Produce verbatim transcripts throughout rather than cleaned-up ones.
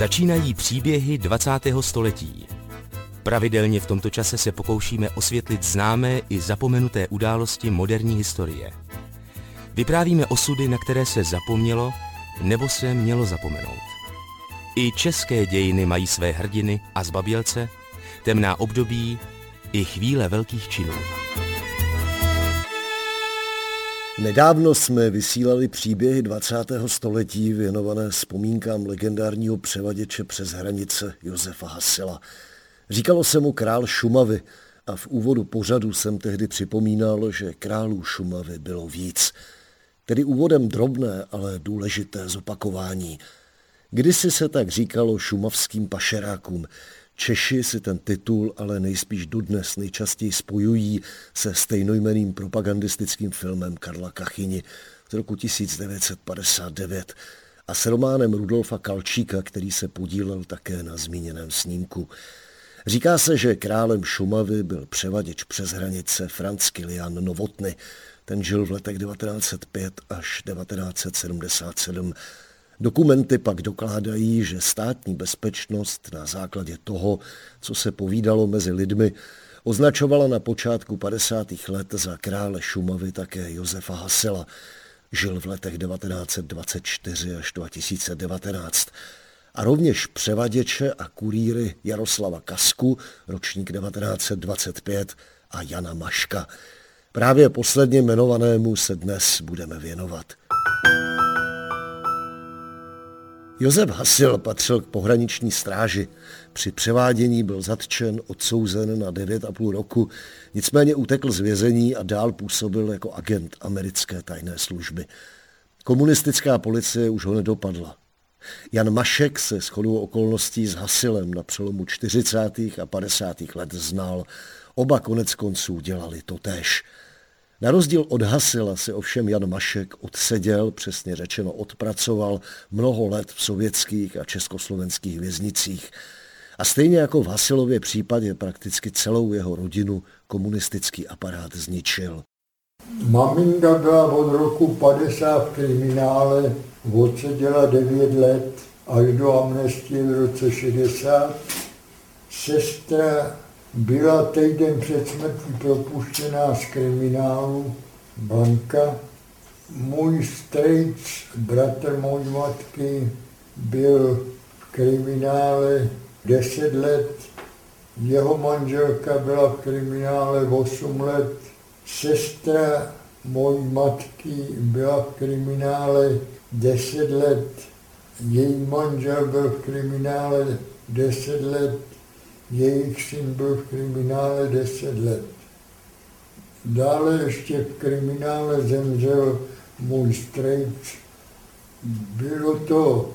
Začínají příběhy dvacátého století. Pravidelně v tomto čase se pokoušíme osvětlit známé i zapomenuté události moderní historie. Vyprávíme osudy, na které se zapomnělo nebo se mělo zapomenout. I české dějiny mají své hrdiny a zbabělce, temná období i chvíle velkých činů. Nedávno jsme vysílali příběhy dvacátého století věnované vzpomínkám legendárního převaděče přes hranice Josefa Hasela. Říkalo se mu král Šumavy a v úvodu pořadu jsem tehdy připomínal, že králů Šumavy bylo víc. Tedy úvodem drobné, ale důležité zopakování. Kdysi se tak říkalo šumavským pašerákům. Češi si ten titul ale nejspíš dodnes nejčastěji spojují se stejnojmenným propagandistickým filmem Karla Kachyni z roku tisíc devět set padesát devět a s románem Rudolfa Kalčíka, který se podílel také na zmíněném snímku. Říká se, že králem Šumavy byl převaděč přes hranice Franz Kilian Novotny. Ten žil v letech devatenáct set pět až devatenáct set sedmdesát sedm. Dokumenty pak dokládají, že státní bezpečnost na základě toho, co se povídalo mezi lidmi, označovala na počátku padesátých let za krále Šumavy také Josefa Hasela. Žil v letech devatenáct set dvacet čtyři až dva tisíce devatenáct. A rovněž převaděče a kurýry Jaroslava Kasku, ročník devatenáct set dvacet pět, a Jana Maška. Právě posledně jmenovanému se dnes budeme věnovat. Josef Hasil patřil k pohraniční stráži. Při převádění byl zatčen, odsouzen na devět a půl roku, nicméně utekl z vězení a dál působil jako agent americké tajné služby. Komunistická policie už ho nedopadla. Jan Mašek se shodou okolností s Hasilem na přelomu čtyřicátých a padesátých let znal. Oba konec konců dělali totéž. Na rozdíl od Hasila se ovšem Jan Mašek odseděl, přesně řečeno odpracoval, mnoho let v sovětských a československých věznicích. A stejně jako v Hasilově případě prakticky celou jeho rodinu komunistický aparát zničil. Maminka byla od roku padesát v kriminále, odseděla devět let až do amnestie v roce šedesát. Sestra byla týden před smrtí propuštěná z kriminálu, Blanka. Můj strejc, bratr mojí matky, byl v kriminále deset let. Jeho manželka byla v kriminále osm let. Sestra mojí matky byla v kriminále deset let. Její manžel byl v kriminále deset let. Jejich syn byl v kriminále deset let. Dále ještě v kriminále zemřel můj strejc. Bylo to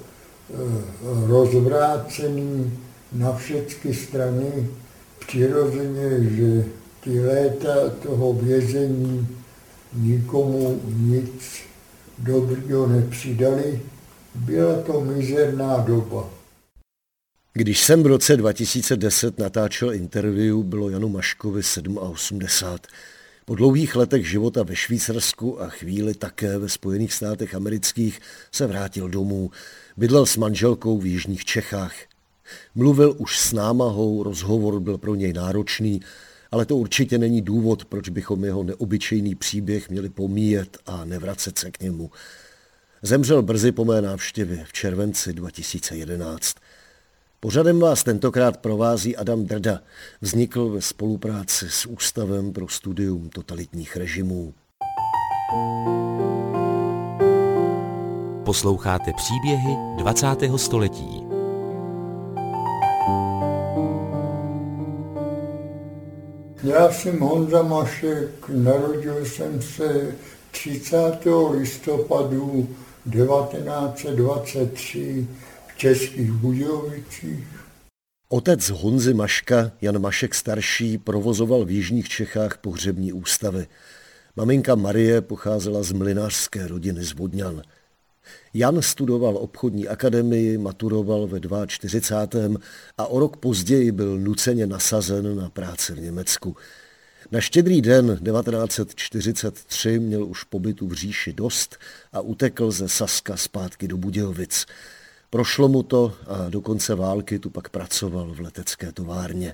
rozvrácený na všechny strany. Přirozeně, že ty léta toho vězení nikomu nic dobrýho nepřidali. Byla to mizerná doba. Když jsem v roce dva tisíce deset natáčel interview, bylo Janu Maškovi osmdesát sedm. Po dlouhých letech života ve Švýcarsku a chvíli také ve Spojených státech amerických se vrátil domů. Bydlel s manželkou v jižních Čechách. Mluvil už s námahou, rozhovor byl pro něj náročný, ale to určitě není důvod, proč bychom jeho neobyčejný příběh měli pomíjet a nevracet se k němu. Zemřel brzy po mé návštěvě v červenci dva tisíce jedenáct. Pořadem vás tentokrát provází Adam Drda. Vznikl ve spolupráci s Ústavem pro studium totalitních režimů. Posloucháte příběhy dvacátého století. Já jsem Honza Mašek, narodil jsem se třicátého listopadu devatenáct set dvacet tři v Českých Budějovicích. Otec Honzy Maška, Jan Mašek starší, provozoval v jižních Čechách pohřební ústavy. Maminka Marie pocházela z mlynářské rodiny z Vodňan. Jan studoval obchodní akademii, maturoval ve čtyřicátém druhém a o rok později byl nuceně nasazen na práci v Německu. Na Štědrý den devatenáct set čtyřicet tři měl už pobytu v říši dost a utekl ze Saska zpátky do Budějovic. Prošlo mu to a do konce války tu pak pracoval v letecké továrně.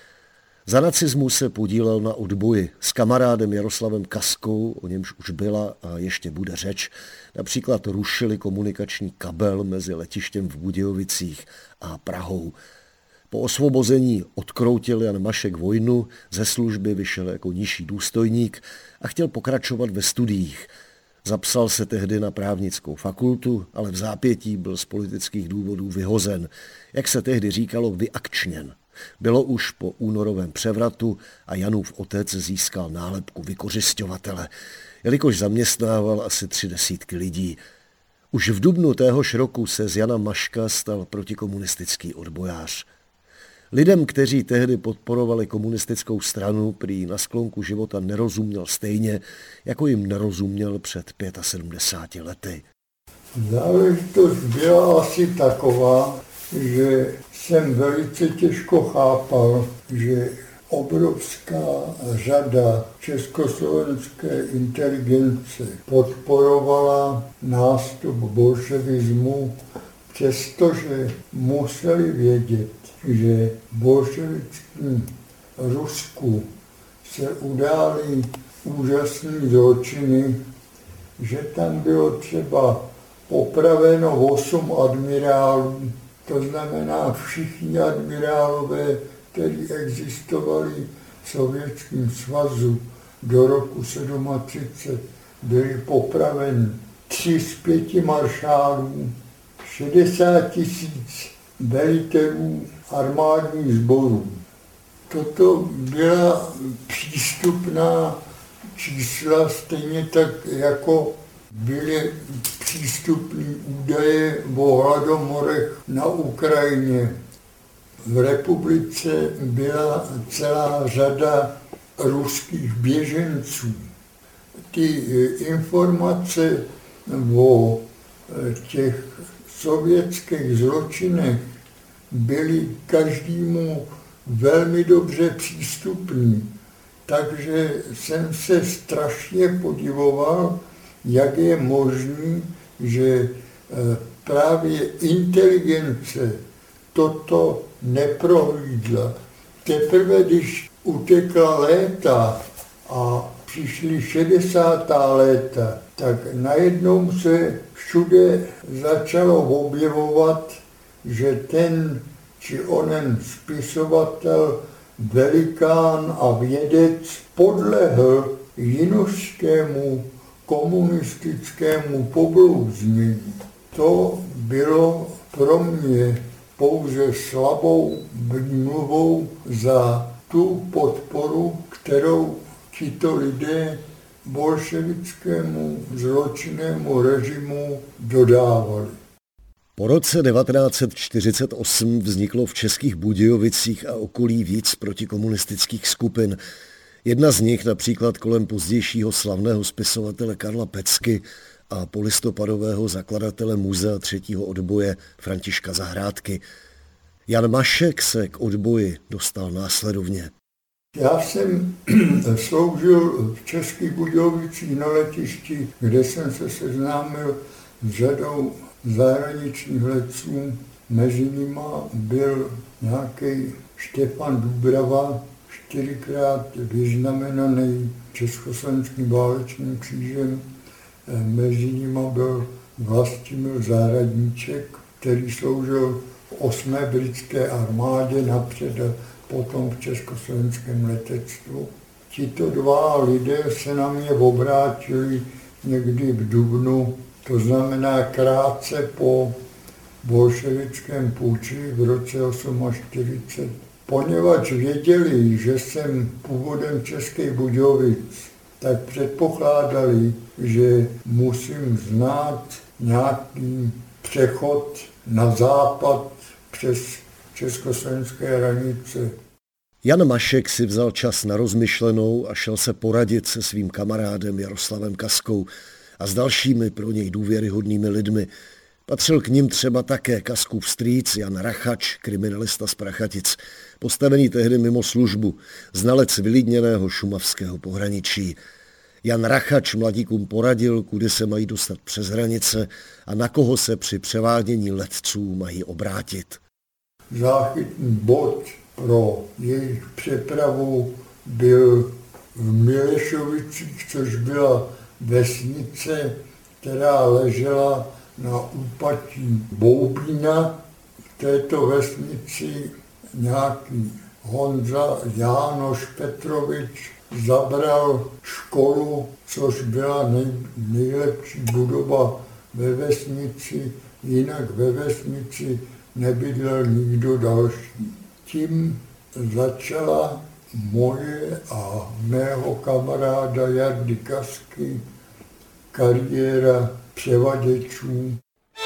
Za nacismu se podílel na odboji. S kamarádem Jaroslavem Kaskou, o němž už byla a ještě bude řeč, například rušili komunikační kabel mezi letištěm v Budějovicích a Prahou. Po osvobození odkroutil Jan Mašek vojnu, ze služby vyšel jako nižší důstojník a chtěl pokračovat ve studiích. Zapsal se tehdy na právnickou fakultu, ale v zápětí byl z politických důvodů vyhozen, jak se tehdy říkalo, vyakčněn. Bylo už po únorovém převratu a Janův otec získal nálepku vykořisťovatele, jelikož zaměstnával asi tři desítky lidí. Už v dubnu téhož roku se z Jana Maška stal protikomunistický odbojář. Lidem, kteří tehdy podporovali komunistickou stranu, prý na sklonku života nerozuměl stejně, jako jim nerozuměl před sedmdesáti pěti lety. Záležitost byla asi taková, že jsem velice těžko chápal, že obrovská řada československé inteligence podporovala nástup bolševismu, přestože museli vědět, že v bolševickém Rusku se udály úžasné zločiny, že tam bylo třeba popraveno osm admirálů, to znamená všichni admirálové, kteří existovali v Sovětském svazu do roku třicet sedm, byli popraveni. Tři z pěti maršálů, šedesát tisíc velitelů armádních sborů. Toto byla přístupná čísla, stejně tak jako byly přístupné údaje o hladomorech na Ukrajině. V republice byla celá řada ruských běženců. Ty informace o těch sovětských zločinech byly každému velmi dobře přístupný. Takže jsem se strašně podivoval, jak je možné, že právě inteligence toto neprohlídla. Teprve, když utekla léta a přišly šedesátá léta, tak najednou se všude začalo objevovat, že ten či onen spisovatel, velikán a vědec podlehl jinožskému komunistickému poblouznění. To bylo pro mě pouze slabou výmluvou za tu podporu, kterou tito lidé bolševickému zločinnému režimu dodávali. Po roce devatenáct set čtyřicet osm vzniklo v Českých Budějovicích a okolí víc protikomunistických skupin. Jedna z nich například kolem pozdějšího slavného spisovatele Karla Pecky a polistopadového zakladatele Muzea třetího odboje Františka Zahrádky. Jan Mašek se k odboji dostal následovně. Já jsem sloužil v Českých Budějovicích na letišti, kde jsem se seznámil s řadou zahraničních letců. Mezi nimi byl nějaký Štěpán Dubrava, čtyřikrát vyznamenaný československým válečným křížem. Mezi nimi byl Vlastimil Zahradníček, který sloužil v osmé britské armádě napřed a potom v československém letectvu. Tito dva lidé se na mě obrátili někdy v dubnu, to znamená krátce po bolševickém půči v roce čtyřicet osm. Poněvadž věděli, že jsem původem Českých Budějovic, tak předpokládali, že musím znát nějaký přechod na západ přes československé hranice. Jan Mašek si vzal čas na rozmyšlenou a šel se poradit se svým kamarádem Jaroslavem Kaskou a s dalšími pro něj důvěryhodnými lidmi. Patřil k nim třeba také Kaskův strýc Jan Rachač, kriminalista z Prachatic, postavený tehdy mimo službu, znalec vylidněného šumavského pohraničí. Jan Rachač mladíkům poradil, kudy se mají dostat přes hranice a na koho se při převádění letců mají obrátit. Záchytný bod pro jejich přepravu byl v Milešovicích, což byla vesnice, která ležela na úpatí Boubína. V této vesnici nějaký Honza Jánoš Petrovič zabral školu, což byla nej, nejlepší budova ve vesnici, jinak ve vesnici nebydlel nikdo další. Tím začala moje a mého kamaráda Jardy Kasky kariéra převaděčů.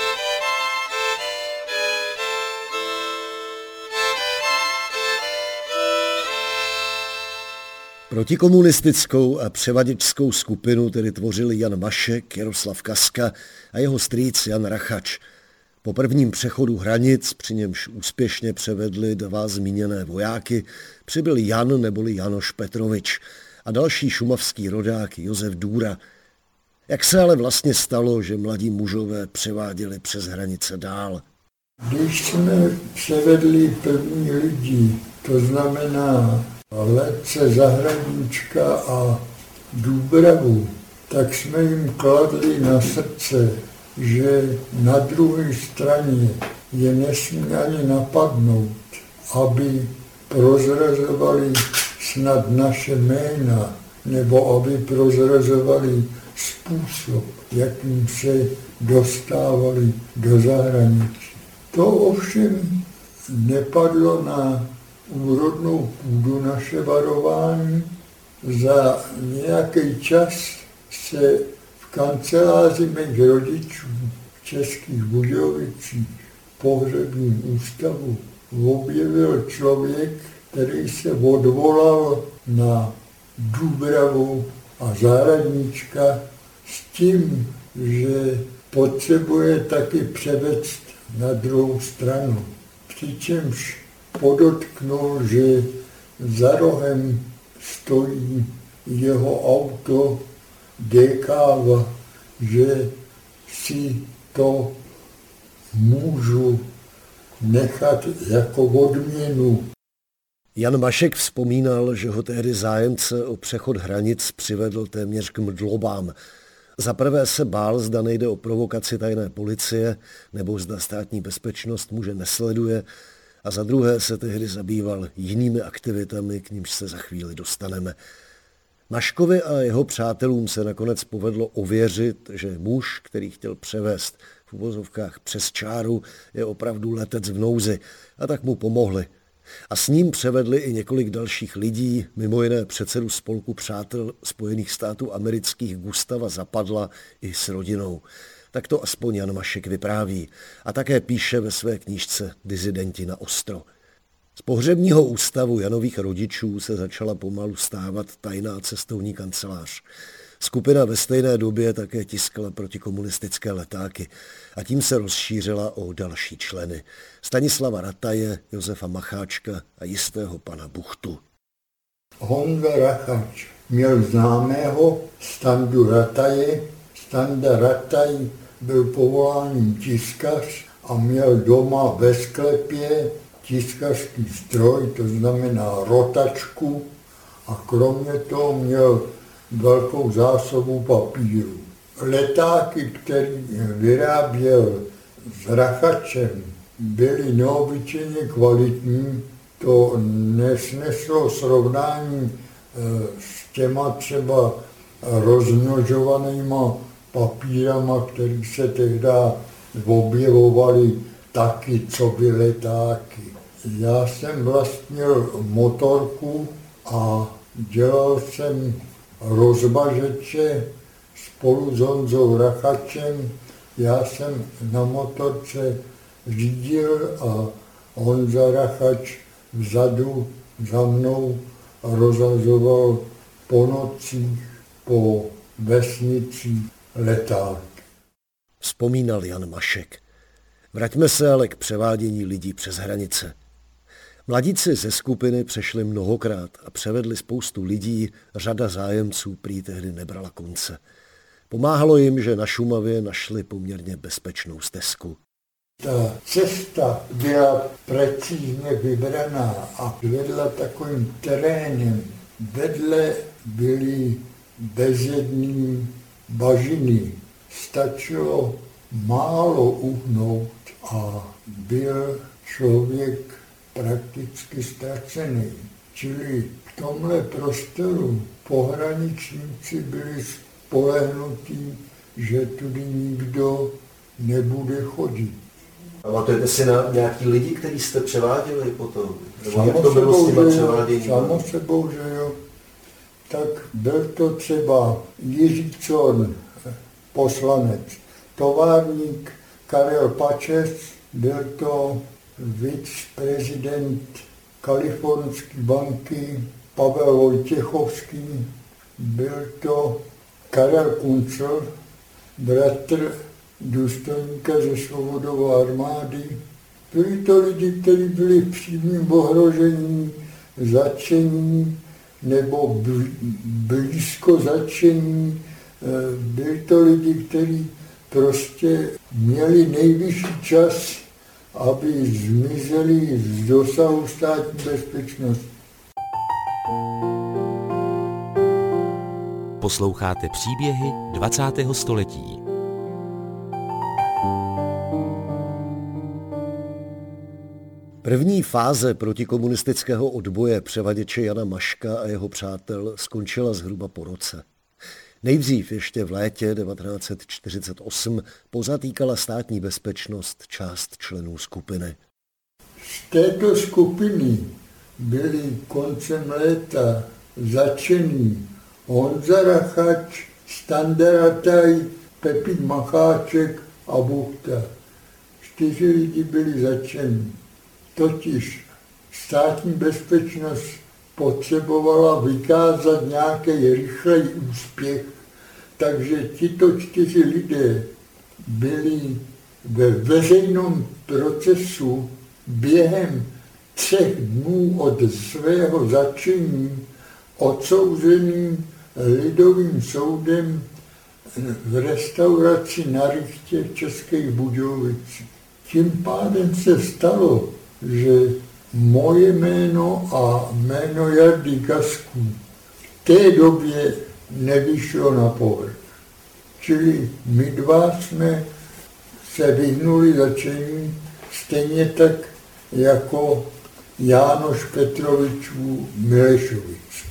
Protikomunistickou a převaděčskou skupinu tedy tvořili Jan Mašek, Jaroslav Kaska a jeho strýc Jan Rachač. Po prvním přechodu hranic, při němž úspěšně převedli dva zmíněné vojáky, přibyl Jan neboli Janoš Petrovič a další šumavský rodák Josef Důra. Jak se ale vlastně stalo, že mladí mužové převáděli přes hranice dál? Když jsme převedli první lidi, to znamená letce Zahradníčka a Dúbravu, tak jsme jim kladli na srdce, že na druhé straně je nesmí ani napadnout, aby prozrazovali snad naše jména, nebo aby prozrazovali způsob, jakým se dostávali do zahraničí. To ovšem nepadlo na úrodnou půdu naše varování. Za nějaký čas se v kanceláři mých rodičů v Českých Budějovicích v pohřebním ústavu objevil člověk, který se odvolal na Dúbravu a Zahradníčka s tím, že potřebuje taky převést na druhou stranu. Přičemž podotknul, že za rohem stojí jeho auto Dekáva, že si to můžu nechat jako odměnu. Jan Mašek vzpomínal, že ho tehdy zájemce o přechod hranic přivedl téměř k mdlobám. Za prvé se bál, zda nejde o provokaci tajné policie, nebo zda státní bezpečnost muže nesleduje, a za druhé se tehdy zabýval jinými aktivitami, k nimž se za chvíli dostaneme. Maškovi a jeho přátelům se nakonec povedlo ověřit, že muž, který chtěl převést v uvozovkách přes čáru, je opravdu letec v nouzi, a tak mu pomohli. A s ním převedli i několik dalších lidí, mimo jiné předsedu spolku přátel Spojených států amerických Gustava Zapadla i s rodinou. Tak to aspoň Jan Mašek vypráví a také píše ve své knížce Disidenti na ostro. Z pohřebního ústavu Janových rodičů se začala pomalu stávat tajná cestovní kancelář. Skupina ve stejné době také tiskla protikomunistické letáky a tím se rozšířila o další členy. Stanislava Rataje, Josefa Macháčka a jistého pana Buchtu. Honza Rachač měl známého Standu Rataje. Standa Rataj byl povoláním tiskař a měl doma ve sklepě tiskařský stroj, to znamená rotačku, a kromě toho měl velkou zásobu papíru. Letáky, který vyráběl s Rachačem, byly neobyčejně kvalitní. To nesneslo srovnání s těma třeba rozmnožovanýma papírama, které se tehdy objevovaly taky, co by letáky. Já jsem vlastnil motorku a dělal jsem rozbažeče spolu s Honzou Rachačem. Já jsem na motorce řídil a Honza Rachač vzadu za mnou rozhazoval po nocích, po vesnicích leták. Vzpomínal Jan Mašek. Vraťme se ale k převádění lidí přes hranice. Mladíci ze skupiny přešli mnohokrát a převedli spoustu lidí, řada zájemců prý tehdy nebrala konce. Pomáhalo jim, že na Šumavě našli poměrně bezpečnou stezku. Ta cesta byla precizně vybraná a vedla takovým terénem. Vedle byly bezjedný bažiny. Stačilo málo uhnout a byl člověk prakticky ztracený. Čili v tomhle prostoru pohraničníci byli spolehnutí, že tudy nikdo nebude chodit. Pamatujete si na nějaký lidi, který jste převáděli potom? Samo sebou, že jo, samo sebou, že jo. Tak byl to třeba Jiří Corn, poslanec, továrník Karel Pačes, byl to viceprezident Kalifornské banky Pavel Vojtěchovský, byl to Karel Kuncl, bratr důstojníka ze Svobodové armády. Byli to lidi, kteří byli v přímém ohrožení, zatčení nebo blízko zatčení. Byli to lidi, kteří prostě měli nejvyšší čas, aby zmizeli z dosahu státní bezpečnosti. Posloucháte příběhy dvacátého století. První fáze protikomunistického odboje převaděče Jana Maška a jeho přátel skončila zhruba po roce. Nejdřív ještě v létě devatenáct set čtyřicet osm pozatýkala státní bezpečnost část členů skupiny. Z této skupiny byli koncem léta začení Honza Rachač, Standa Rataj, Pepík Macháček a Buchta. Čtyři lidi byli začení. Totiž státní bezpečnost potřebovala vykázat nějaký rychlej úspěch, takže tito čtyři lidé byli ve veřejném procesu během třech dnů od svého začení odsouzeným lidovým soudem v restauraci na Rychtě v Českých Budějovicích. Tím pádem se stalo, že moje jméno a jméno Jardy Kasků v té době nevyšlo na povrch. Čili my dva jsme se vyhnuli začení, stejně tak jako Jánoš Petrovičů Milešovic.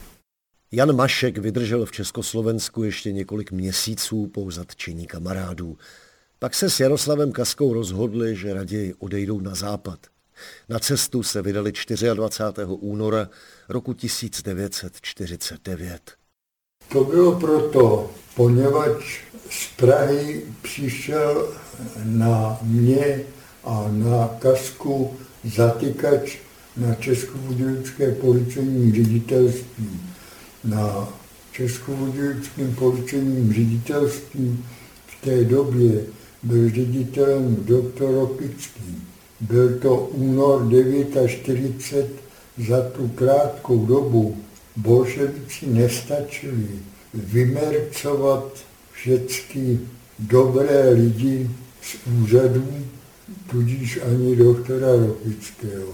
Jan Mašek vydržel v Československu ještě několik měsíců po zatčení kamarádů. Pak se s Jaroslavem Kaskou rozhodli, že raději odejdou na západ. Na cestu se vydali dvacátého čtvrtého února roku tisíc devět set čtyřicet devět. To bylo proto, poněvadž z Prahy přišel na mě a na Kasku zatykač na Českobudějovické policejní ředitelství. Na Českobudějovickém policejním ředitelství v té době byl ředitelem doktor Ropický. Byl to únor čtyřicet devět, za tu krátkou dobu bolševici nestačili vymercovat všechny dobré lidi z úřadů, tudíž ani doktora Ropického.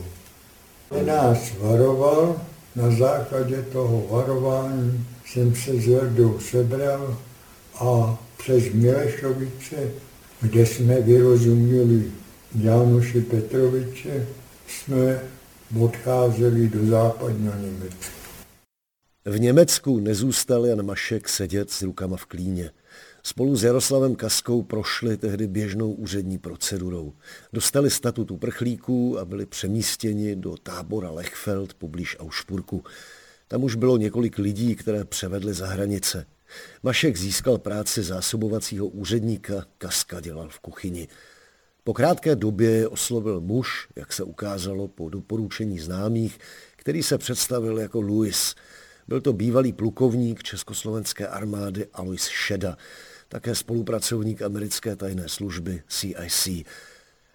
Nás varoval, na základě toho varování jsem se s Jardou sebral a přes Milešovice, kde jsme vyrozuměli Jánoše Petroviče, jsme odcházeli do západního Německa. V Německu nezůstal Jan Mašek sedět s rukama v klíně. Spolu s Jaroslavem Kaskou prošli tehdy běžnou úřední procedurou. Dostali statut uprchlíků a byli přemístěni do tábora Lechfeld poblíž Augsburgu. Tam už bylo několik lidí, které převedli za hranice. Mašek získal práci zásobovacího úředníka, Kaska dělal v kuchyni. Po krátké době je oslovil muž, jak se ukázalo po doporučení známých, který se představil jako Louis. Byl to bývalý plukovník československé armády Alois Šeda, také spolupracovník americké tajné služby C I C.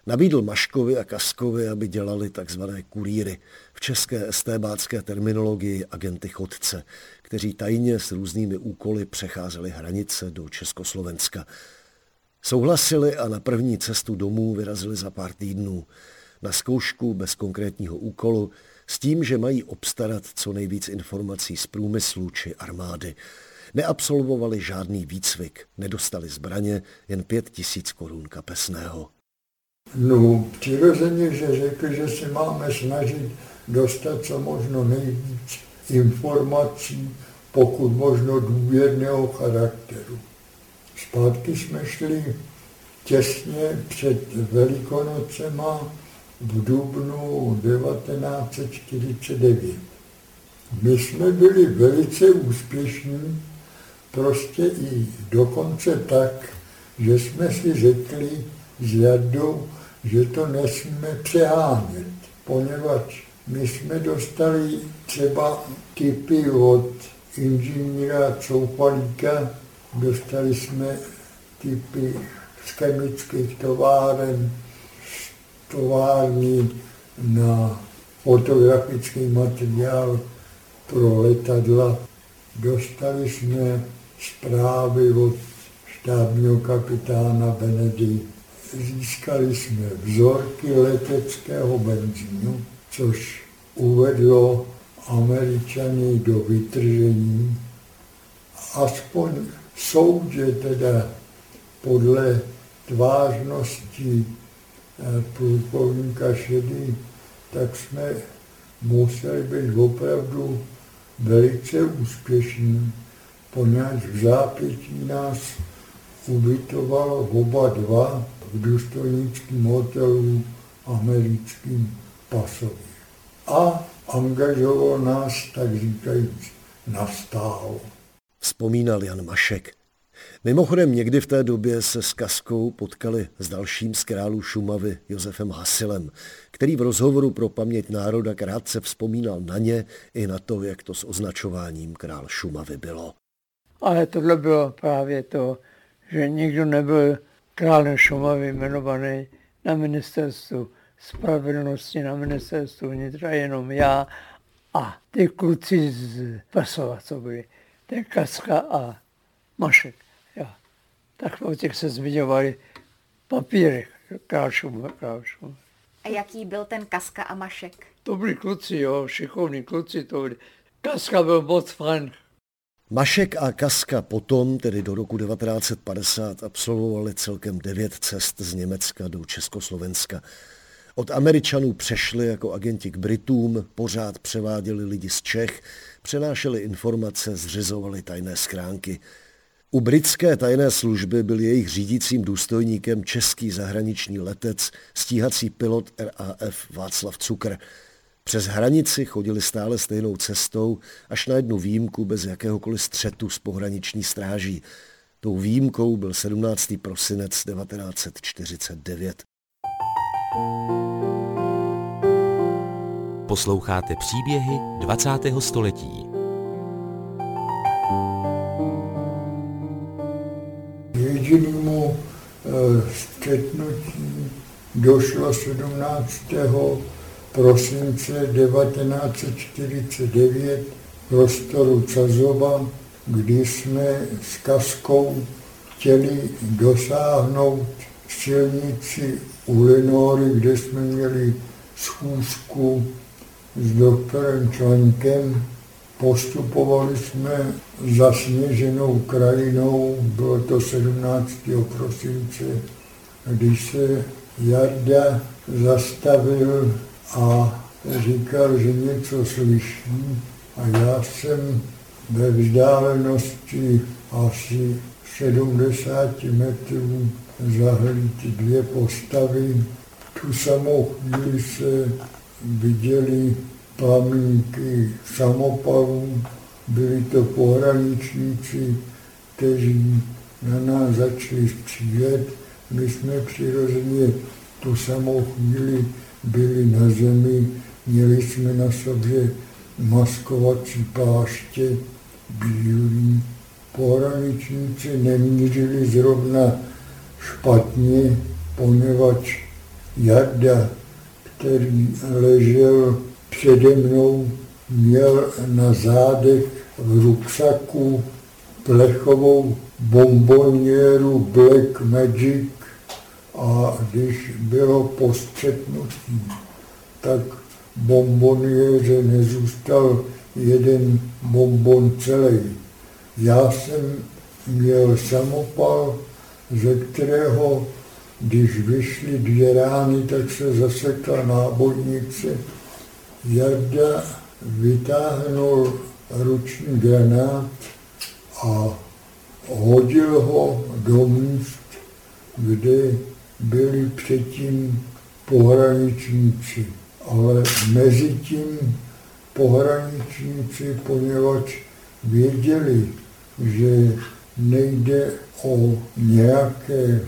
Nabídl Maškovi a Kaskovi, aby dělali takzvané kurýry, v české estébácké terminologii agenty chodce, kteří tajně s různými úkoly přecházeli hranice do Československa. Souhlasili a na první cestu domů vyrazili za pár týdnů. Na zkoušku bez konkrétního úkolu, s tím, že mají obstarat co nejvíc informací z průmyslu či armády. Neabsolvovali žádný výcvik, nedostali zbraně, jen pět tisíc korun kapesného. No, přirozeně, že řekl, že se máme snažit dostat co možno nejvíc informací, pokud možno důvěrného charakteru. Zpátky jsme šli těsně před Velikonocema v dubnu devatenáct set čtyřicet devět. My jsme byli velice úspěšní, prostě i dokonce tak, že jsme si řekli s Jardou, že to nesmíme přehánět, poněvadž my jsme dostali třeba tipy od inženýra Coufalíka, dostali jsme tipy z chemických továren, z továrny na fotografický materiál pro letadla. Dostali jsme zprávy od štábního kapitána Benedy. Získali jsme vzorky leteckého benzínu, což uvedlo Američany do vytržení. Aspoň soudě teda podle tvářnosti plukovníka Šedy, tak jsme museli být opravdu velice úspěšní, poněvadž v zápětí nás ubytovalo oba dva v důstojnickém hotelu americkým Pasově. A angažoval nás, tak říkajíc, nastálo. Vzpomínal Jan Mašek. Mimochodem někdy v té době se s Kaskou potkali s dalším z králů Šumavy, Josefem Hasilem, který v rozhovoru pro Paměť národa krátce vzpomínal na ně i na to, jak to s označováním král Šumavy bylo. Ale tohle bylo právě to, že nikdo nebyl králem Šumavy jmenovaný na ministerstvu spravedlnosti, na ministerstvu vnitra, jenom já a ty kluci z Pasova, co byli, ten Kaska a Mašek. Ja. Tak o těch se zmiňovali papírech, král Šumavy, král Šumavy. A jaký byl ten Kaska a Mašek? To byli kluci, jo, šikovní kluci to byli. Kaska byl moc fajn. Mašek a Kaska potom, tedy do roku devatenáct set padesát, absolvovali celkem devět cest z Německa do Československa. Od Američanů přešli jako agenti k Britům, pořád převáděli lidi z Čech, přenášeli informace, zřizovali tajné schránky. U britské tajné služby byl jejich řídícím důstojníkem český zahraniční letec, stíhací pilot R A F Václav Cukr. Přes hranici chodili stále stejnou cestou, až na jednu výjimku bez jakéhokoliv střetu s pohraniční stráží. Tou výjimkou byl sedmnáctého prosince devatenáct set čtyřicet devět. Posloucháte příběhy dvacátého století. Jedinému e, střetnutí došlo sedmnáctého prosince devatenáct set čtyřicet devět v prostoru Cazova, kdy jsme s Kaskou chtěli dosáhnout silnici u Lenory, kde jsme měli schůzku s doktorem Členkem. Postupovali jsme zasněženou krajinou, bylo to sedmnáctého prosince, když se Jarda zastavil a říkal, že něco slyší, a já jsem ve vzdálenosti asi sedmdesát metrů zahlídl dvě postavy. Tu samou chvíli se viděli plamínky samopalů, byli to pohraničníci, kteří na nás začali střílet. My jsme přirozeně tu samou chvíli byli na zemi, měli jsme na sobě maskovací pláště bílý. Pohraničníci nemířili zrovna špatně, poněvadž Jarda, který ležel přede mnou, měl na zádech v ruksaku plechovou bombonieru Black Magic a když bylo postřetnutí, tak bombonieře nezůstal jeden bonbon celý. Já jsem měl samopal, ze kterého, když vyšly dvě rány, tak se zasekla nábojnice. Jarda vytáhnul ruční granát a hodil ho do míst, kde byli předtím pohraničníci. Ale mezi tím pohraničníci, poněvadž věděli, že nejde o nějaké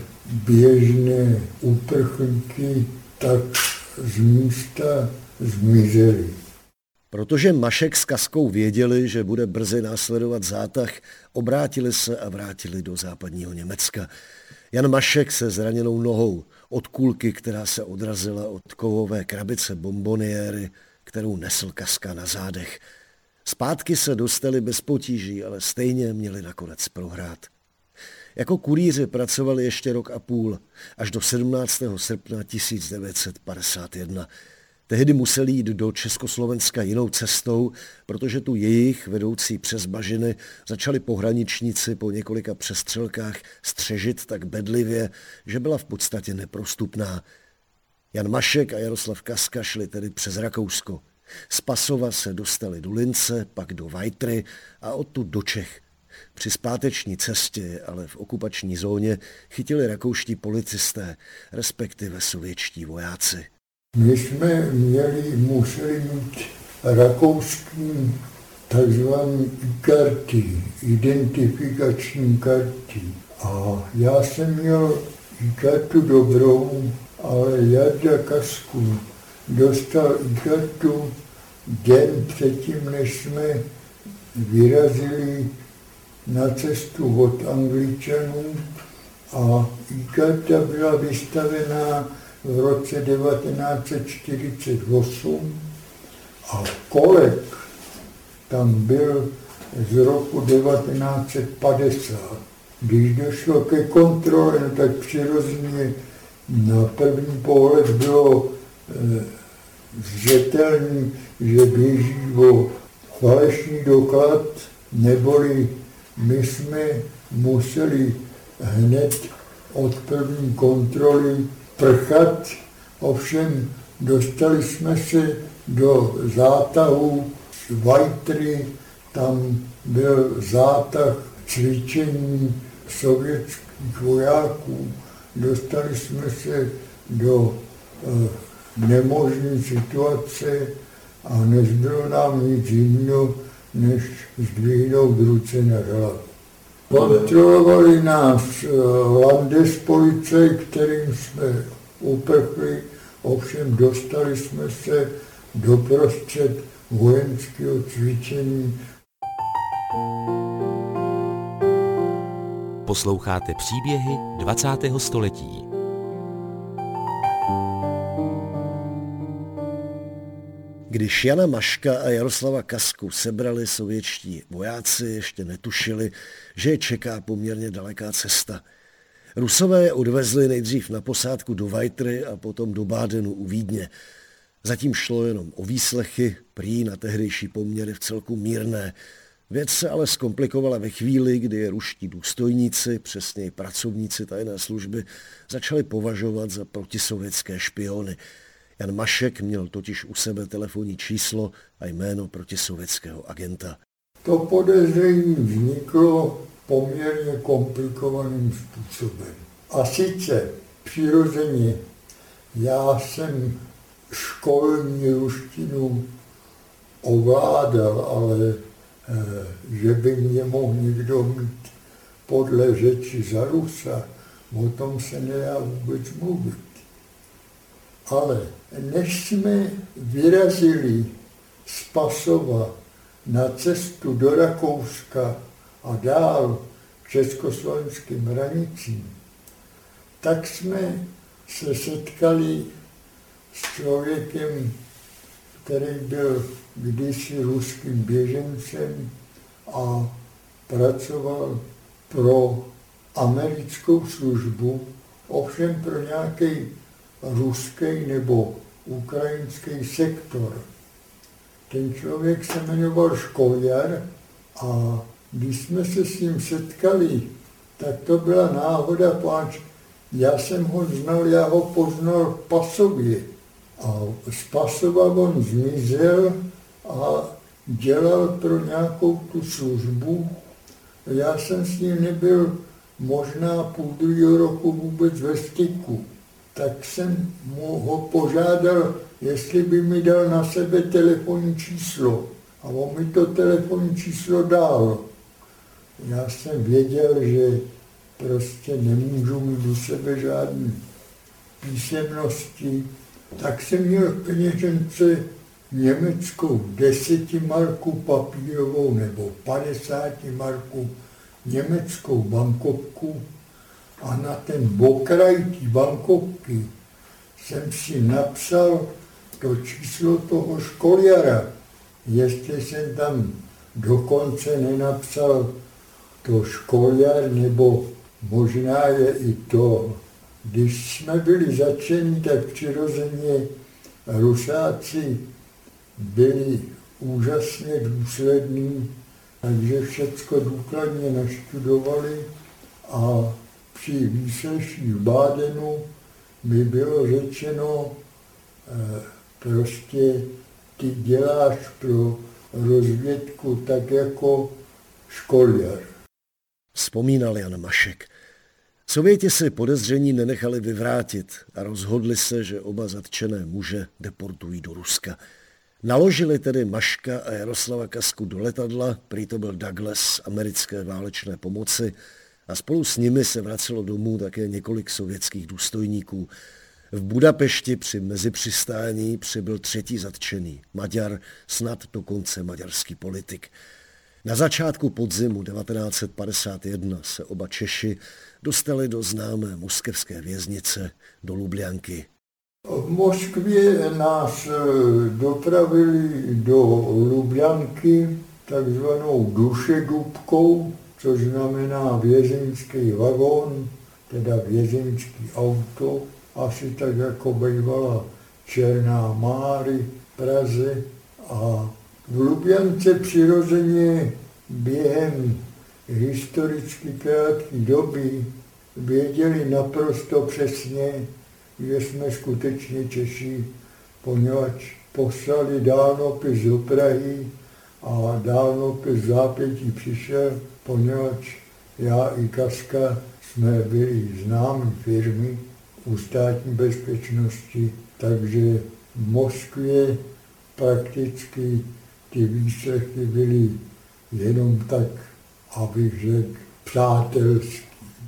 běžné uprchlíky, tak z místa zmizeli. Protože Mašek s Kaskou věděli, že bude brzy následovat zátah, obrátili se a vrátili do západního Německa. Jan Mašek se zraněnou nohou od kulky, která se odrazila od kovové krabice bomboniéry, kterou nesl Kaska na zádech. Zpátky se dostali bez potíží, ale stejně měli nakonec prohrát. Jako kurýři pracovali ještě rok a půl, až do sedmnáctého srpna tisíc devět set padesát jedna. Tehdy museli jít do Československa jinou cestou, protože tu jejich, vedoucí přes bažiny, začali pohraničníci po několika přestřelkách střežit tak bedlivě, že byla v podstatě neprostupná. Jan Mašek a Jaroslav Kaska šli tedy přes Rakousko. Z Pasova se dostali do Lince, pak do Vajtry a odtud do Čech. Při zpáteční cestě, ale v okupační zóně, chytili rakouští policisté, respektive sovětští vojáci. My jsme měli, museli mít rakouský takzvaný karty, identifikační karty. A já jsem měl kartu dobrou, ale Jarda Kasku dostal kartu den předtím, než jsme vyrazili na cestu od Angličanů a karta byla vystavená v roce devatenáct set čtyřicet osm a kolek tam byl z roku devatenáct set padesát. Když došlo ke kontrole, no tak přirozeně na první pohled bylo e, zřetelný, že běží o falešný doklad, neboli my jsme museli hned od první kontroly prchat, ovšem dostali jsme se do zátahu Vajtry, tam byl zátah cvičení sovětských vojáků, dostali jsme se do e, nemožné situace a nezbylo nám nic jiného, než zdvihnout ruce na hlavu. Kontrolovali nás Landespolizei, kterým jsme uprchli, ovšem dostali jsme se doprostřed vojenského cvičení. Posloucháte příběhy dvacátého století. Když Jana Maška a Jaroslava Kasku sebrali sovětští vojáci, ještě netušili, že je čeká poměrně daleká cesta. Rusové je odvezli nejdřív na posádku do Vajtry a potom do Bádenu u Vídně. Zatím šlo jenom o výslechy, prý na tehdejší poměry v celku mírné. Věc se ale zkomplikovala ve chvíli, kdy je ruští důstojníci, přesněji pracovníci tajné služby, začali považovat za protisovětské špiony. Jan Mašek měl totiž u sebe telefonní číslo a jméno protisovětského agenta. To podezření vzniklo poměrně komplikovaným způsobem. A sice přirozeně já jsem školní ruštinu ovládal, ale eh, že by mě mohl někdo mít podle řeči za Rusa, o tom se nedá vůbec mluvit. Ale než jsme vyrazili z Pasova na cestu do Rakouska a dál k československým hranicím, tak jsme se setkali s člověkem, který byl kdysi ruským běžencem a pracoval pro americkou službu, ovšem pro nějaký ruský nebo ukrajinský sektor. Ten člověk se jmenoval Školjar a když jsme se s ním setkali, tak to byla náhoda, páč já jsem ho znal, já ho poznal v Pasově. A z Pasova on zmizel a dělal pro nějakou tu službu. Já jsem s ním nebyl možná půl druhého roku vůbec ve styku. Tak jsem mu ho požádal, jestli by mi dal na sebe telefonní číslo. A on mi to telefonní číslo dal. Já jsem věděl, že prostě nemůžu mít u sebe žádné písemnosti. Tak jsem měl v peněžence německou desetimarku papírovou nebo padesáti marku německou bankovku a na ten okraj té bankovky jsem si napsal to číslo toho Školjara. Jestli jsem tam dokonce nenapsal to Školjar, nebo možná je i to. Když jsme byli začeni, tak přirozeně Rusáci byli úžasně důslední, takže všecko důkladně naštudovali a při výsleší v Bádenu mi bylo řečeno, prostě ty děláš pro rozvědku tak jako Školjar. Vzpomínal Jan Mašek. Sověti si podezření nenechali vyvrátit a rozhodli se, že oba zatčené muže deportují do Ruska. Naložili tedy Maška a Jaroslava Kasku do letadla, prý to byl Douglas americké válečné pomoci, a spolu s nimi se vracelo domů také několik sovětských důstojníků. V Budapešti při mezipřistání přibyl třetí zatčený, Maďar, snad dokonce maďarský politik. Na začátku podzimu devatenáct set padesát jedna se oba Češi dostali do známé moskevské věznice, do Lublanky. V Moskvě nás dopravili do Lublanky takzvanou dušegubkou, což znamená vězeňský vagón, teda vězeňský auto, asi tak jako bývala Černá Máry v Praze. A v Lublance přirozeně během historicky krátké doby věděli naprosto přesně, že jsme skutečně Češi, poněvadž poslali dálnopis do Prahy a dálnopis zápětí přišel, poněvadž já i Kaska jsme byli známí firmy u státní bezpečnosti, takže v Moskvě prakticky ty výslechy byly jenom tak, abych řekl, přátelský.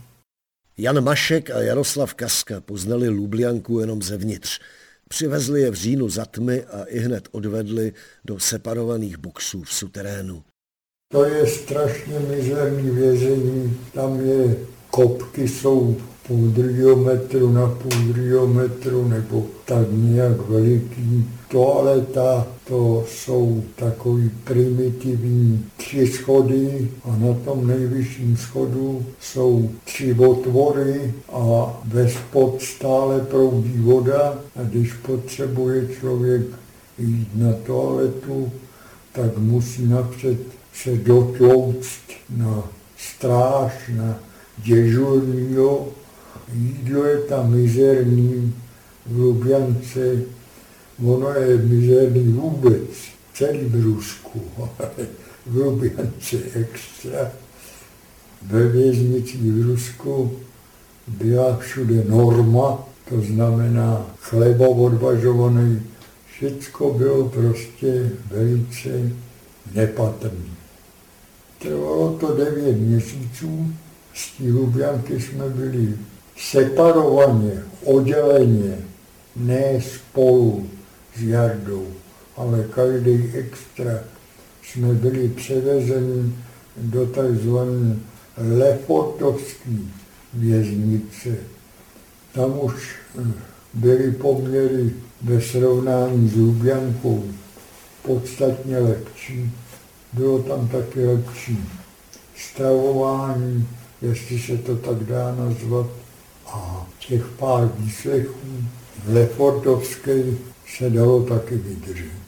Jan Mašek a Jaroslav Kaska poznali Lublanku jenom zevnitř. Přivezli je v říjnu za tmy a ihned odvedli do separovaných boxů v suterénu. To je strašně mizerný vězení, tam je kopky, jsou půl druhého metru na půl druhého metru nebo tak nějak veliký. Toaleta, to jsou takový primitivní tři schody a na tom nejvyšším schodu jsou tři otvory a ve spod stále proudí voda a když potřebuje člověk jít na toaletu, tak musí napřed se dotlouct na stráž, na děžurnýho. Jídlo je tam mizerný, v Lublance, ono je mizerný vůbec, celý v Rusku, ale v Lublance extra. Ve věznicích v Rusku byla všude norma, to znamená chleba odvažovaný, všecko bylo prostě velice nepatrné. Trvalo to devět měsíců, z té Lublanky jsme byli separovaně, odděleně, ne spolu s Jardou, ale každý extra jsme byli převezeni do takzvané Lefortovské věznice. Tam už byly poměry ve srovnání s Lubjankou podstatně lepší. Bylo tam taky lepší stravování, jestli se to tak dá nazvat, a těch pár výslechů v Lefortovské se dalo taky vydržet.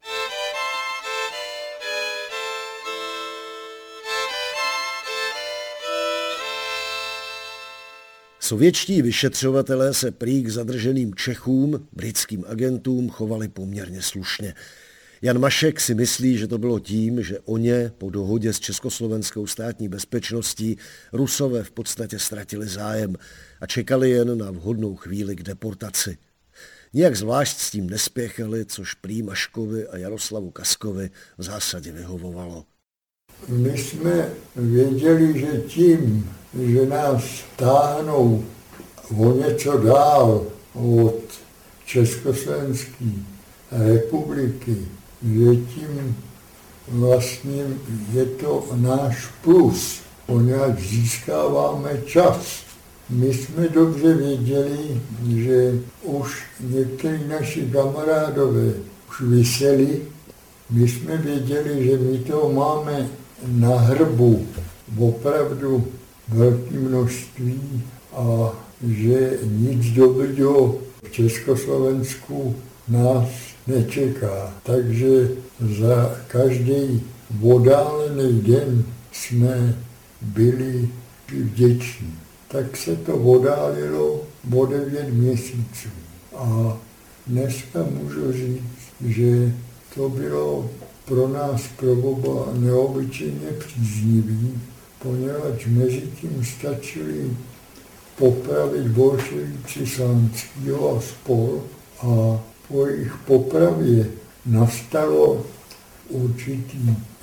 Sovětští vyšetřovatelé se prý k zadrženým Čechům, britským agentům, chovali poměrně slušně. Jan Mašek si myslí, že to bylo tím, že o ně po dohodě s československou státní bezpečností Rusové v podstatě ztratili zájem a čekali jen na vhodnou chvíli k deportaci. Nijak zvlášť s tím nespěchali, což prý Maškovi a Jaroslavu Kaskovi v zásadě vyhovovalo. My jsme věděli, že tím, že nás táhnou o něco dál od Československé republiky, že tím vlastně je to náš plus, poněvadž získáváme čas. My jsme dobře věděli, že už někteří naši kamarádové už viseli. My jsme věděli, že my to máme na hrbu opravdu velké množství a že nic dobrého v Československu nás nečeká. Takže za každý oddálený den jsme byli vděční. Tak se to oddálilo o devět měsíců. A dneska můžu říct, že to bylo pro nás pro oba neobyčejně příznivý, poněvadž mezi tím stačili popravit bolševici Slánskýho a spol a po jejich popravě nastalo určitý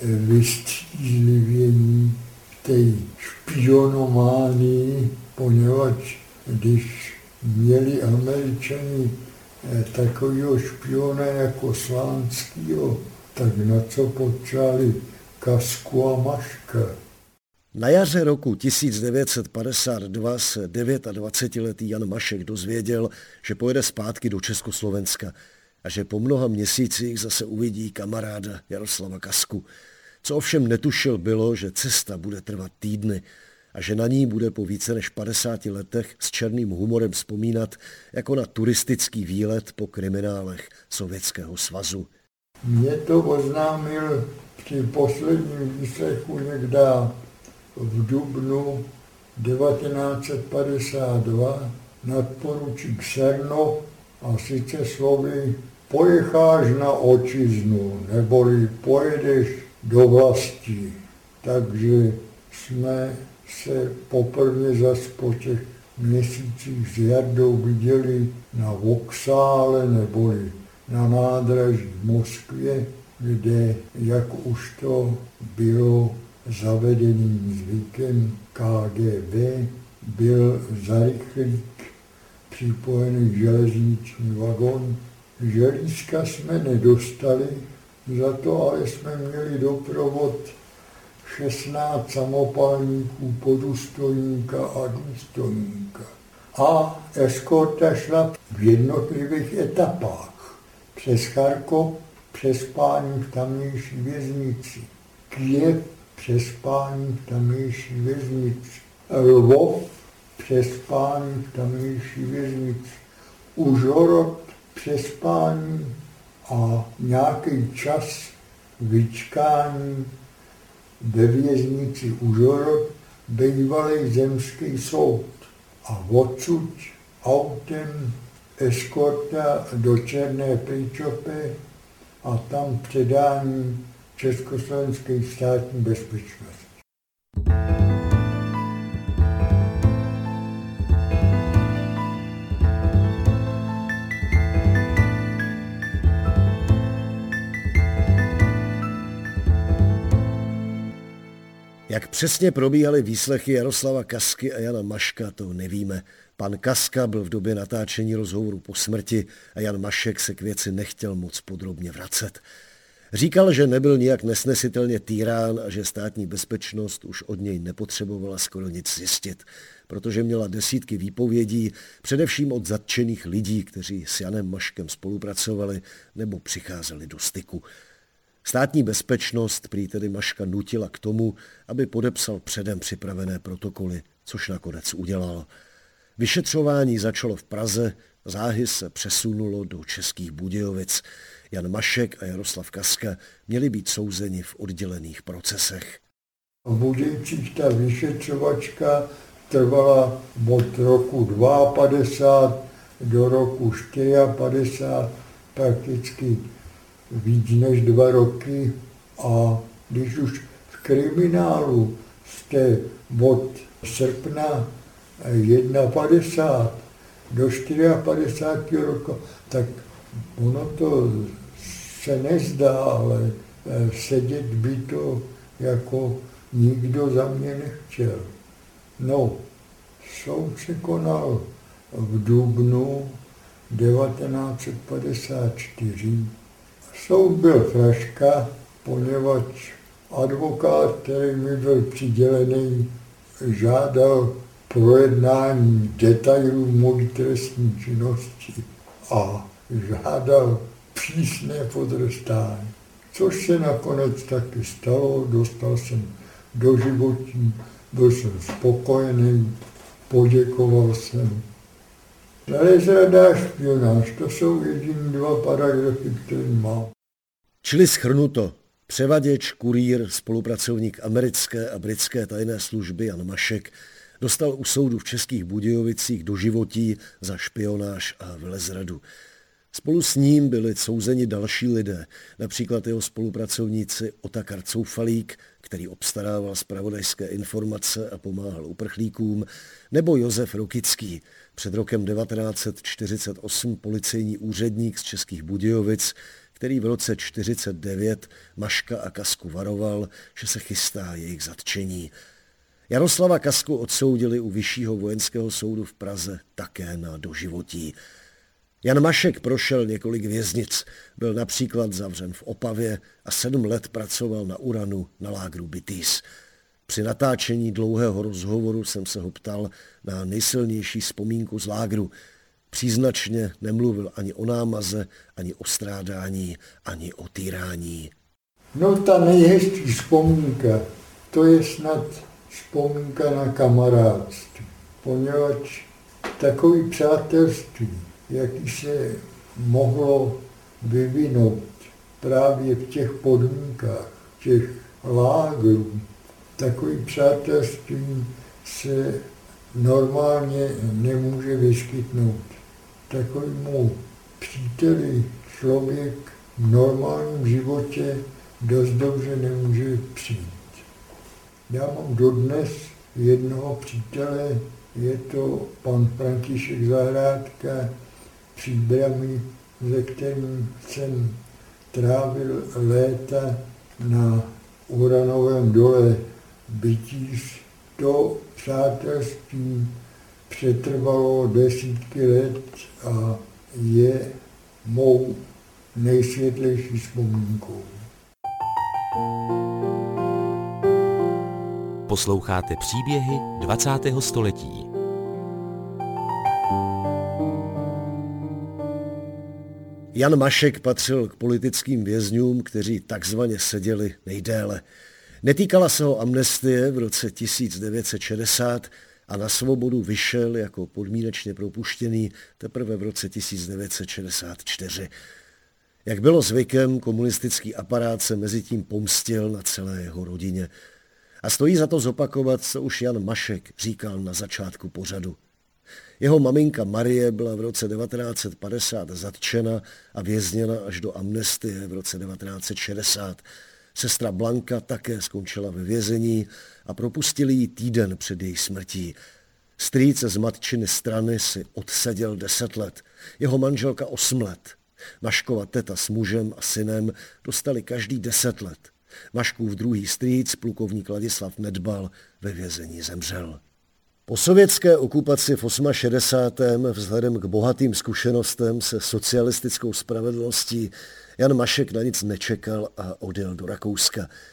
vystřízlivění té špionománii, poněvadž když měli Američani takového špiona jako Slánskýho, tak na co potřebovali Kasku a Maška. Na jaře roku tisíc devět set padesát dva se dvacetidevětiletý Jan Mašek dozvěděl, že pojede zpátky do Československa a že po mnoha měsících zase uvidí kamaráda Jaroslava Kasku. Co ovšem netušil bylo, že cesta bude trvat týdny a že na ní bude po více než padesáti letech s černým humorem vzpomínat jako na turistický výlet po kriminálech Sovětského svazu. Mě to oznámil při posledním výslechu někde v dubnu devatenáct set padesát dva nadporučík Sernov, a sice slovy pojecháš na očiznu, neboli pojedeš do vlasti. Takže jsme se poprvé zas po těch měsících s Jardou viděli na Voksále neboli na nádraží v Moskvě, kde, jak už to bylo zavedeným zvykem K G B, byl za rychlík připojený železniční vagon. Želízka jsme nedostali, za to ale jsme měli doprovod šestnáct samopalníků, podůstojníka a důstojníka. A eskorta šla v jednotlivých etapách. Přes Charkov, přes spání v tamnější věznici. Kyjev, přes spání v tamnější věznici. Lvov, přes spání v tamnější věznici. Užhorod, přes spání a nějaký čas vyčkání ve věznici Užhorod bývalý zemský soud. A odsud autem eskorta do Černé Pryčopy a tam předání Československé státní bezpečnosti. Jak přesně probíhaly výslechy Jaroslava Kasky a Jana Maška, to nevíme. Pan Kaska byl v době natáčení rozhovoru po smrti a Jan Mašek se k věci nechtěl moc podrobně vracet. Říkal, že nebyl nijak nesnesitelně týrán a že státní bezpečnost už od něj nepotřebovala skoro nic zjistit, protože měla desítky výpovědí, především od zatčených lidí, kteří s Janem Maškem spolupracovali nebo přicházeli do styku. Státní bezpečnost prý tedy Maška nutila k tomu, aby podepsal předem připravené protokoly, což nakonec udělal. Vyšetřování začalo v Praze, záhy se přesunulo do Českých Budějovic. Jan Mašek a Jaroslav Kaska měli být souzeni v oddělených procesech. V Budějcích ta vyšetřovačka trvala od roku padesát dva do roku padesát čtyři, prakticky víc než dva roky. A když už v kriminálu jste od srpna padesát jedna do padesát čtyři roku, tak ono to se nezdá, ale sedět by to jako nikdo za mě nechtěl. No, soud se konal v dubnu devatenáct set padesát čtyři. Soud byl fraška, poněvadž advokát, který mi byl přidělený, žádal projednání detailů mojí trestní činnosti a žádal přísné potrestání. Což se nakonec taky stalo, dostal jsem do životí, byl jsem spokojený, poděkoval jsem. Velezrada a špionáž, to jsou jediný dva paragrafy, které mám. Čili shrnuto, převaděč, kurýr, spolupracovník americké a britské tajné služby Jan Mašek dostal u soudu v Českých Budějovicích doživotí za špionáž a velezradu. Spolu s ním byli souzeni další lidé, například jeho spolupracovníci Otakar Coufalík, který obstarával zpravodajské informace a pomáhal uprchlíkům, nebo Josef Rokycký, před rokem devatenáct set čtyřicet osm policejní úředník z Českých Budějovic, který v roce čtyřicet devět Maška a Kasku varoval, že se chystá jejich zatčení. Jaroslava Kasku odsoudili u Vyššího vojenského soudu v Praze také na doživotí. Jan Mašek prošel několik věznic, byl například zavřen v Opavě a sedm let pracoval na uranu na lágru Bitýs. Při natáčení dlouhého rozhovoru jsem se ho ptal na nejsilnější vzpomínku z lágru. Příznačně nemluvil ani o námaze, ani o strádání, ani o týrání. No ta nejhezčí vzpomínka, to je snad vzpomínka na kamarádství, poněvadž takový přátelství, jaký se mohlo vyvinout právě v těch podmínkách, těch lágrů, takový přátelství se normálně nemůže vyskytnout. Takovému příteli člověk v normálním životě dost dobře nemůže přijít. Já mám dodnes jednoho přítele, je to pan František Zahrádka, Příbrami, se kterým jsem trávil léta na uranovém dole Bitýs. To přátelství přetrvalo desítky let a je mou nejsvětlejší vzpomínkou. Posloucháte příběhy dvacátého století. Jan Mašek patřil k politickým vězňům, kteří takzvaně seděli nejdéle. Netýkala se ho amnestie v roce tisíc devět set šedesát a na svobodu vyšel jako podmínečně propuštěný teprve v roce tisíc devět set šedesát čtyři. Jak bylo zvykem, komunistický aparát se mezitím pomstil na celé jeho rodině. A stojí za to zopakovat, co už Jan Mašek říkal na začátku pořadu. Jeho maminka Marie byla v roce devatenáct set padesát zatčena a vězněna až do amnestie v roce devatenáct set šedesát. Sestra Blanka také skončila ve vězení a propustili ji týden před její smrtí. Strýc z matčiny strany si odseděl deset let, jeho manželka osm let. Maškova teta s mužem a synem dostali každý deset let. Maškův druhý strýc, plukovník Ladislav Nedbal, ve vězení zemřel. Po sovětské okupaci v šedesátém osmém vzhledem k bohatým zkušenostem se socialistickou spravedlností Jan Mašek na nic nečekal a odjel do Rakouska.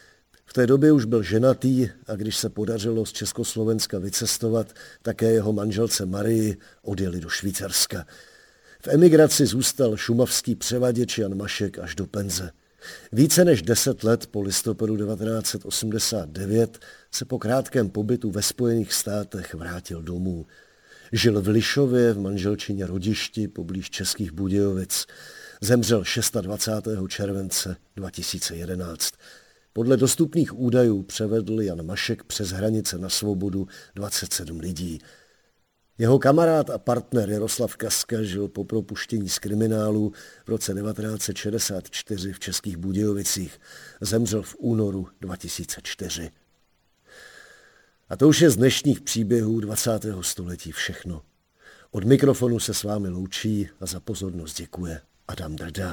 V té době už byl ženatý a když se podařilo z Československa vycestovat, také jeho manželce Marii odjeli do Švýcarska. V emigraci zůstal šumavský převaděč Jan Mašek až do penze. Více než deset let po listopadu devatenáct set osmdesát devět se po krátkém pobytu ve Spojených státech vrátil domů. Žil v Lišově v manželčině rodišti poblíž Českých Budějovic. Zemřel dvacátého šestého července dva tisíce jedenáct. Podle dostupných údajů převedl Jan Mašek přes hranice na svobodu dvacet sedm lidí. Jeho kamarád a partner Jaroslav Kaska žil po propuštění z kriminálu v roce devatenáct set šedesát čtyři v Českých Budějovicích. Zemřel v únoru dva tisíce čtyři. A to už je z dnešních příběhů dvacátého století všechno. Od mikrofonu se s vámi loučí a za pozornost děkuje Adam Drda.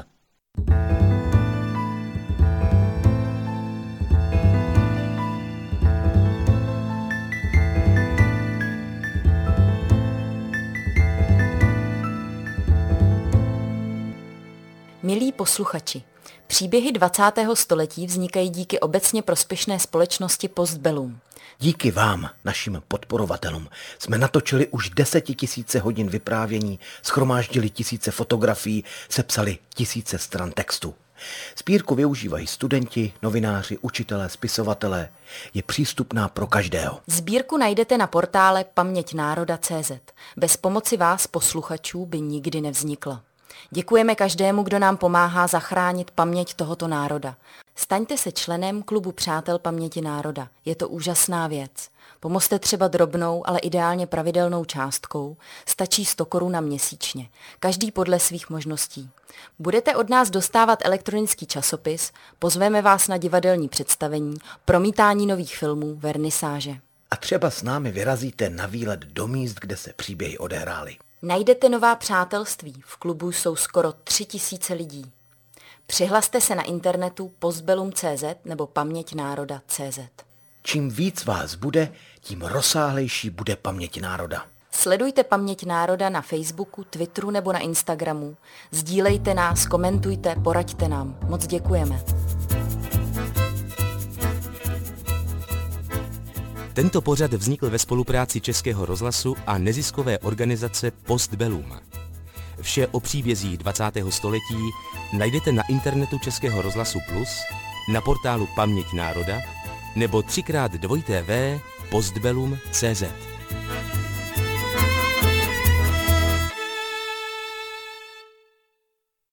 Milí posluchači, příběhy dvacátého století vznikají díky obecně prospěšné společnosti Postbellum. Díky vám, našim podporovatelům, jsme natočili už desetitisíce hodin vyprávění, shromáždili tisíce fotografií, sepsali tisíce stran textu. Sbírku využívají studenti, novináři, učitelé, spisovatelé. Je přístupná pro každého. Sbírku najdete na portále paměť národa tečka cé zet. Bez pomoci vás, posluchačů, by nikdy nevznikla. Děkujeme každému, kdo nám pomáhá zachránit paměť tohoto národa. Staňte se členem klubu Přátel paměti národa. Je to úžasná věc. Pomozte třeba drobnou, ale ideálně pravidelnou částkou. Stačí sto korun měsíčně. Každý podle svých možností. Budete od nás dostávat elektronický časopis, pozveme vás na divadelní představení, promítání nových filmů, vernisáže. A třeba s námi vyrazíte na výlet do míst, kde se příběhy odehrály. Najdete nová přátelství, v klubu jsou skoro tři tisíce lidí. Přihlaste se na internetu postbellum tečka cé zet nebo paměť národa tečka cé zet. Čím víc vás bude, tím rozsáhlejší bude paměť národa. Sledujte paměť národa na Facebooku, Twitteru nebo na Instagramu. Sdílejte nás, komentujte, poraďte nám. Moc děkujeme. Tento pořad vznikl ve spolupráci Českého rozhlasu a neziskové organizace Postbellum. Vše o příbězích dvacátého století najdete na internetu Českého rozhlasu Plus, na portálu Paměť národa nebo třikrát dvojité v postbellum tečka cé zet.